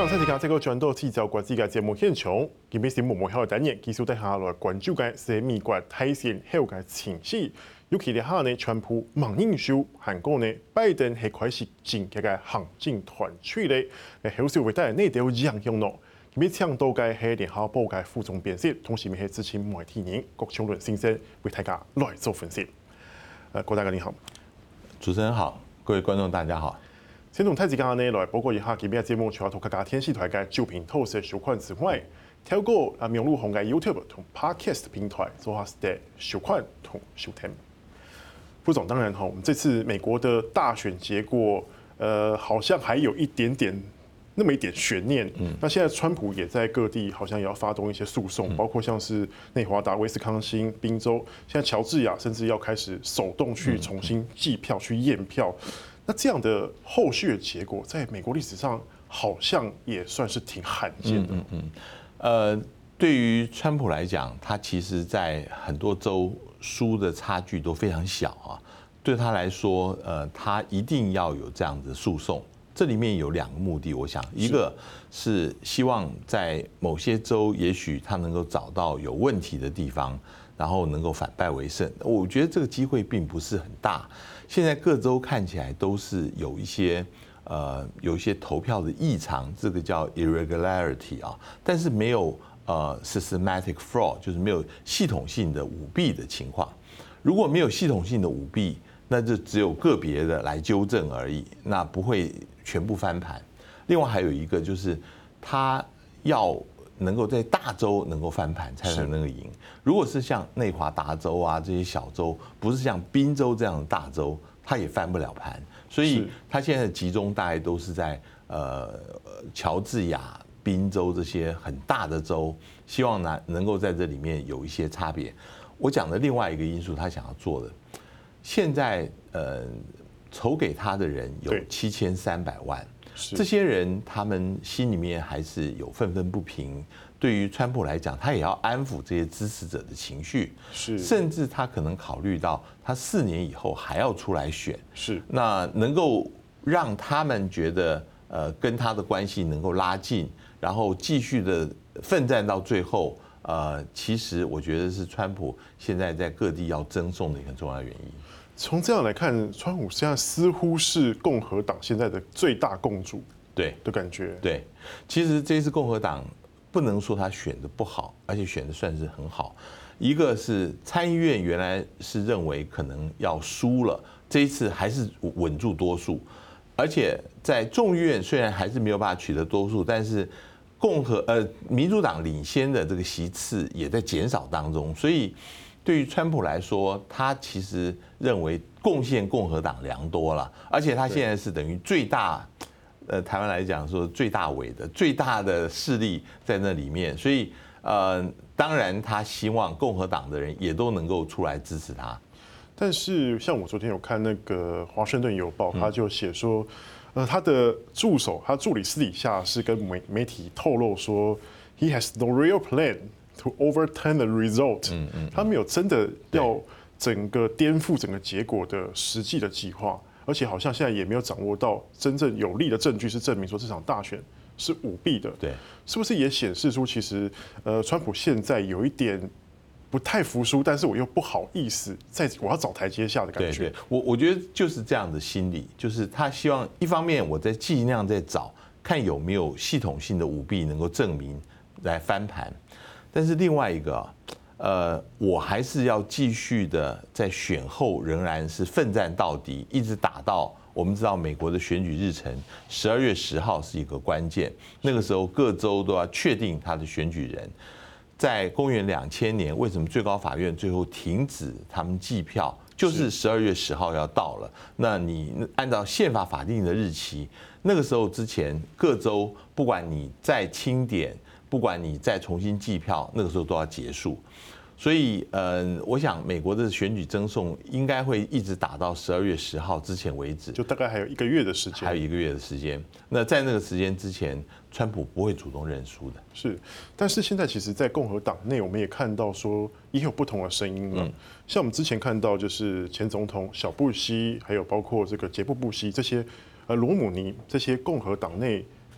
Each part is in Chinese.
上赛季这个转到四周国际嘅节目现场，今日是幕幕后单元，继续带下来关注嘅是美国大选后嘅情势。尤其咧下呢，川普猛硬秀，韩国呢，拜登係開始進嘅個行政團隊咧，嚟好少會帶嚟呢條影響咯。今日搶到嘅係聯合報嘅副總編輯，同時係資深媒體人郭長倫先生為大家來做分析。郭大哥你好， 主持人好，各位觀眾大家好。 先從太子間呢來報告一下今日嘅節目，除咗同大家天視台嘅照片透視收看之外，透過網絡紅嘅 YouTube 同 Podcast 平台做下嘅收看同收聽。副總，當然哈，我們這次美國的大選結果，好像還有一點點那麼一點懸念。那現在川普也在各地好像也要發動一些訴訟，包括像是內華達、威斯康星、賓州，現在喬治亞甚至要開始手動去重新計票、去驗票。那這樣的後續的結果，在美國歷史上好像也算是挺罕見的。 對於川普來講，他其實在很多州輸的差距都非常小啊。對他來說，他一定要有這樣的訴訟。這裡面有兩個目的，我想，一個是希望在某些州，也許他能夠找到有問題的地方，然後能夠反敗為勝。我覺得這個機會並不是很大。現在各州看起來都是有一些投票的異常，這個叫 irregularity 啊，但是沒有systematic fraud， 就是沒有系統性的舞弊的情況。如果沒有系統性的舞弊，那就只有個別的來糾正而已，那不會全部翻盤。另外還有一個就是，他要能夠在大州能夠翻盤才能夠贏。如果是像內華達州啊這些小州，不是像賓州這樣的大州，他也翻不了盤。所以他現在集中大概都是在喬治亞、賓州這些很大的州，希望能夠在這裡面有一些差別。我講的另外一個因素，他想要做的，現在籌給他的人有7300萬，這些人他們心裡面還是有憤憤不平。對於川普來講，他也要安撫這些支持者的情緒，甚至他可能考慮到他4年以後還要出來選，那能夠讓他們覺得跟他的關係能夠拉近，然後繼續的奮戰到最後。其實我覺得是川普現在在各地要爭訟的一個很重要的原因。 從這樣來看，川普現在似乎是共和黨現在的最大共主，對的感覺。 對，其實這次共和黨不能說他選得不好，而且選得算是很好。一個是參議院原來是認為可能要輸了，這一次還是穩住多數，而且在眾議院雖然還是沒有辦法取得多數，但是民主黨領先的這個席次也在減少當中，所以對於川普來說，他其實認為貢獻共和黨良多了，而且他現在是等於最大，台灣來講說最大尾的最大的勢力在那裡面，所以當然他希望共和黨的人也都能夠出來支持他。 但是像我昨天有看那個華盛頓郵報，他就寫說。他的助手，他助理私底下是跟媒體透露說 ，he has no real plan to overturn the result。他沒有真的要整個顛覆整個結果的實際的計劃，而且好像現在也沒有掌握到真正有力的證據，是證明說這場大選是舞弊的。對，是不是也顯示出其實，川普現在有一點不太服輸，但是我又不好意思，我要找台階下的感覺。 對，我覺得就是這樣的心理，就是他希望一方面我在盡量在找，看有沒有系統性的舞弊能夠證明來翻盤，但是另外一個，我還是要繼續的在選後仍然是奮戰到底，一直打到我們知道美國的選舉日程12月10號是一個關鍵，那個時候各州都要確定他的選舉人。在公元2000年，為什麼最高法院最後停止他們計票？就是12月10號要到了。那你按照憲法法定的日期，那個時候之前，各州不管你再清點，不管你再重新計票，那個時候都要結束。所以，我想美國的選舉爭訟應該會一直打到12月10號之前為止， 就大概還有1個月的時間。 還有1個月的時間。那在那個時間之前，川普不會主動認輸的。 是，但是現在其實，在共和黨內，我們也看到說也有不同的聲音了。像我們之前看到，就是前總統小布希，還有包括這個傑布·布希這些，羅姆尼這些共和黨內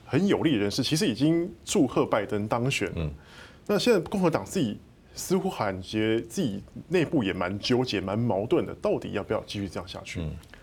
很有利的人士，其实已经祝贺拜登当选了。那现在共和党自己似乎感觉自己内部也蛮纠结、蛮矛盾的，到底要不要继续这样下去？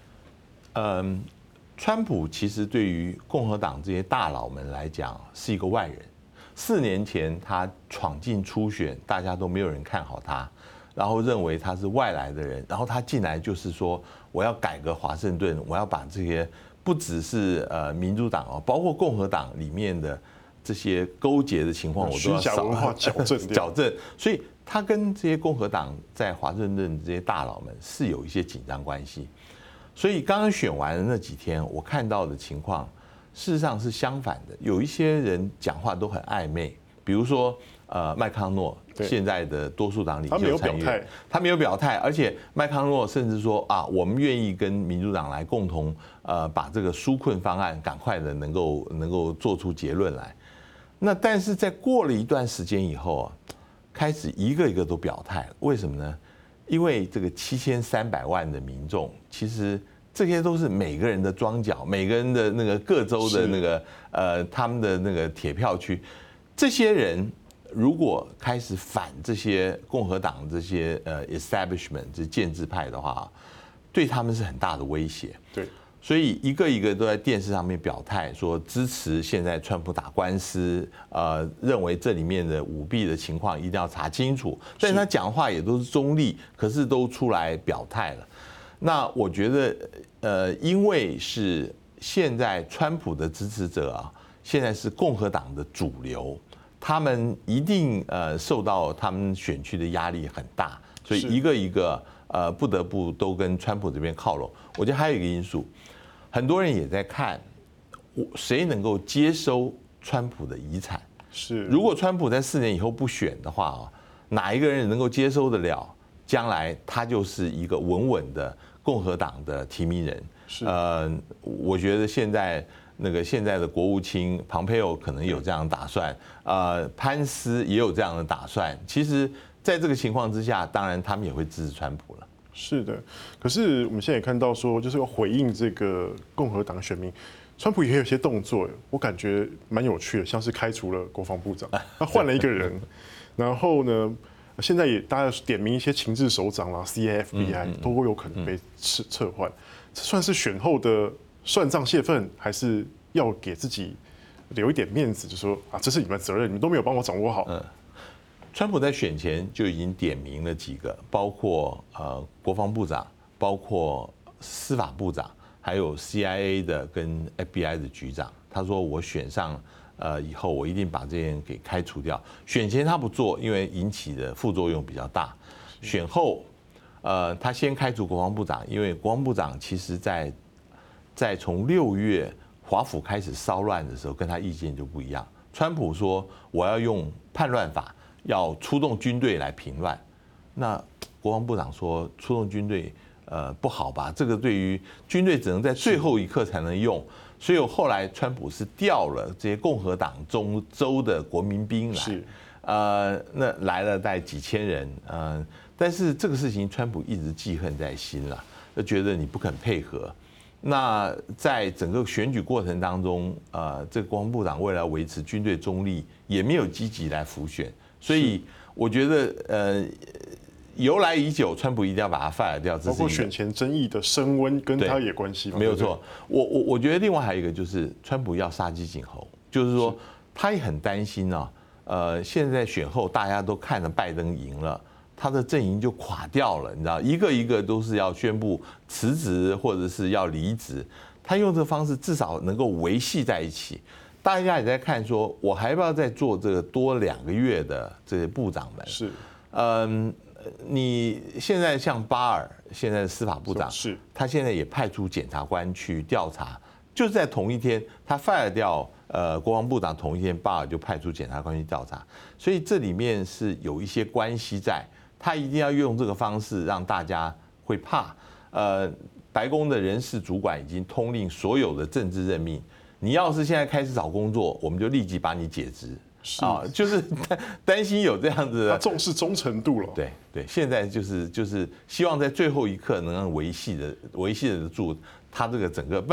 川普其实对于共和党这些大佬们来讲是一个外人。4年前他闯进初选，大家都没有人看好他，然后认为他是外来的人，然后他进来就是说我要改革华盛顿，我要把这些不只是民主党包括共和党里面的这些勾结的情况，我都要虚假文化矫正。 所以他跟这些共和党在华盛顿这些大佬们是有一些紧张关系。所以刚刚选完的那几天，我看到的情况，事实上是相反的。有一些人讲话都很暧昧，比如说麦康诺，现在的多数党领袖参议员，他没有表态，而且麦康诺甚至说我们愿意跟民主党来共同把这个纾困方案赶快的能够做出结论来。那但是在过了一段时间以后开始一个一个都表态了，为什么呢？因为这个7300万的民众，其实这些都是每个人的庄脚，每个人的那个各州的那个他们的那个铁票区，这些人如果开始反这些共和党这些establishment 这建制派的话，对他们是很大的威胁。 对。 所以一个一个都在电视上面表态，说支持现在川普打官司，认为这里面的舞弊的情况一定要查清楚。但是他讲话也都是中立，可是都出来表态了。那我觉得，因为是现在川普的支持者现在是共和党的主流，他们一定受到他们选区的压力很大，所以一个一个不得不都跟川普这边靠拢。我觉得还有一个因素。很多人也在看，谁能够接收川普的遗产。 是， 如果川普在4年以后不选的话哪一个人能够接收得了？将来他就是一个稳稳的共和党的提名人。 是， 我觉得现在的国务卿庞佩奥可能有这样的打算，潘斯也有这样的打算。其实，在这个情况之下，当然他们也会支持川普了。 是的，可是我们现在也看到说，就是要回应这个共和党选民，川普也有些动作，我感觉蛮有趣的，像是开除了国防部长，他换了一个人，然后呢，现在也大家点名一些情治首长啦、CIA、FBI 都有可能被撤换，这算是选后的算账泄愤，还是要给自己留一点面子，就说这是你们的责任，你们都没有帮我掌握好。 川普在选前就已经点名了几个，包括国防部长，包括司法部长，还有 CIA 的跟 FBI 的局长。他说我选上以后，我一定把这些人给开除掉。选前他不做，因为引起的副作用比较大。选后，他先开除国防部长，因为国防部长其实在从6月华府开始骚乱的时候，跟他意见就不一样。川普说我要用叛乱法。要出动军队来平乱，那国防部长说出动军队，不好吧？这个对于军队只能在最后一刻才能用，所以后来川普是调了这些共和党州的国民兵来，那来了大概几千人，但是这个事情川普一直记恨在心了，就觉得你不肯配合。那在整个选举过程当中，这个国防部长为了维持军队中立，也没有积极来辅选。所以我觉得，由来已久，川普一定要把他 fire 掉。 包括选前争议的升温，跟他也关系。 没有错。我觉得另外还有一个就是，川普要杀鸡儆猴，就是说他也很担心现在选后大家都看着拜登赢了，他的阵营就垮掉了，你知道，一个一个都是要宣布辞职或者是要离职。他用这个方式至少能够维系在一起。大家也在看，说我还要不要再做这个多2个月的这些部长们？ 是， 你现在像巴尔，现在的司法部长， 是， 他现在也派出检察官去调查，就是在同一天，他 fire 掉国防部长，同一天巴尔就派出检察官去调查，所以这里面是有一些关系在，他一定要用这个方式让大家会怕。白宫的人事主管已经通令所有的政治任命。你要是现在开始找工作，我们就立即把你解职就是担心有这样子的。 他重视忠诚度了。 对，现在就是希望在最后一刻能维系得住他这个整个，不然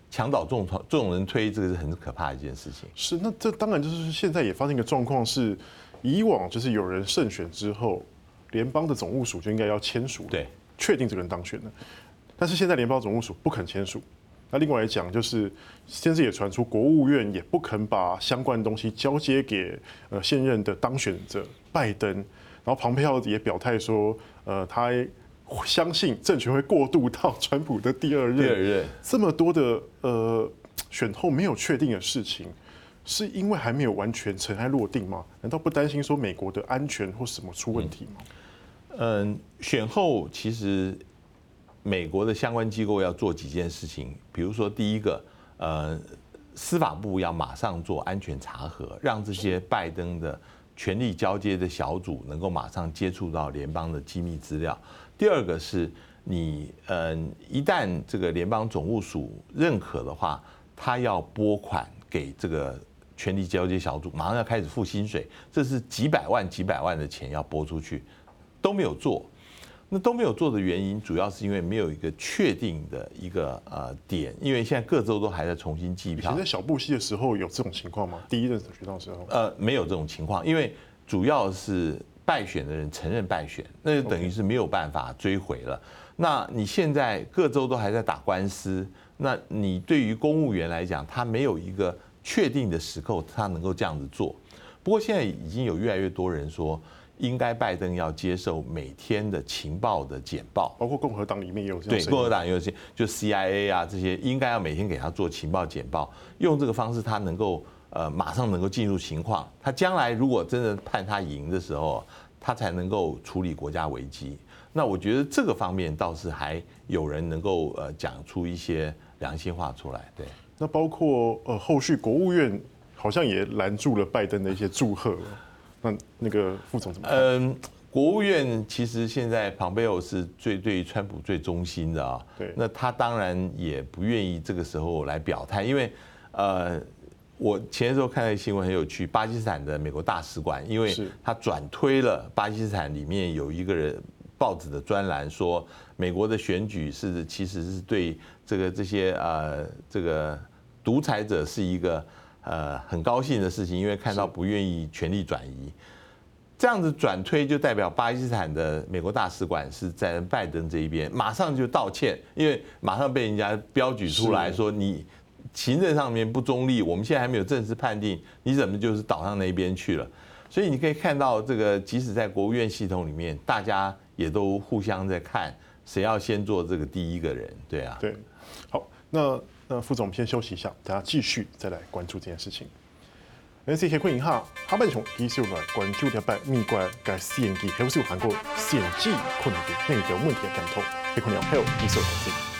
墙倒众人推，这个是很可怕的一件事情。 是，那这当然就是现在也发生一个状况是，以往就是有人胜选之后，联邦的总务署就应该要签署， 对， 确定这个人当选了。但是现在联邦总务署不肯签署。那另外来讲，就是甚至也传出国务院也不肯把相关的东西交接给现任的当选者拜登。然后庞佩奥也表态说，他相信政权会过渡到川普的第二任。这么多的选后没有确定的事情，是因为还没有完全尘埃落定吗？难道不担心说美国的安全或什么出问题吗？ 选后其实美国的相关机构要做几件事情，比如说第一个，司法部要马上做安全查核，让这些拜登的权力交接的小组能够马上接触到联邦的机密资料。第二个是你一旦这个联邦总务署认可的话，他要拨款给这个权力交接小组，马上要开始付薪水，这是几百万的钱要拨出去，都没有做。那都没有做的原因，主要是因为没有一个确定的一个点，因为现在各州都还在重新计票。 以前在小布希的时候有这种情况吗？第一任选到的时候？ 没有这种情况，因为主要是败选的人承认败选，那就等于是没有办法追回了。那你现在各州都还在打官司，那你对于公务员来讲，他没有一个确定的时刻，他能够这样子做。不过现在已经有越来越多人说，应该拜登要接受每天的情报的简报， 包括共和党里面也有这样。 对，共和党也有些，就 CIA 啊这些，应该要每天给他做情报简报，用这个方式，他能够马上能够进入情况。他将来如果真的判他赢的时候，他才能够处理国家危机。那我觉得这个方面倒是还有人能够讲出一些良心话出来。对， 那包括后续国务院好像也拦住了拜登的一些祝贺。那个副总怎么看？ 国务院其实现在庞佩奥是对川普最忠心的啊。 对， 那他当然也不愿意这个时候来表态，因为我前时候看到新闻很有趣，巴基斯坦的美国大使馆，因为他转推了巴基斯坦里面有一个人报纸的专栏说，美国的选举其实是对这些这个独裁者是一个很高兴的事情，因为看到不愿意权力转移，这样子转推就代表巴基斯坦的美国大使馆是在拜登这一边，马上就道歉，因为马上被人家标举出来说你行政上面不中立，我们现在还没有正式判定，你怎么就是倒向那边去了？所以你可以看到，这个即使在国务院系统里面，大家也都互相在看谁要先做这个第一个人，对啊。 对，好，那副总先休息一下，大家继续再来关注这件事情。NCK 歡迎下下半場繼續來關注一擺美國嘅私營機，還有韓國選舉可能嘅內部問題嘅檢討，亦可能有繼續投資。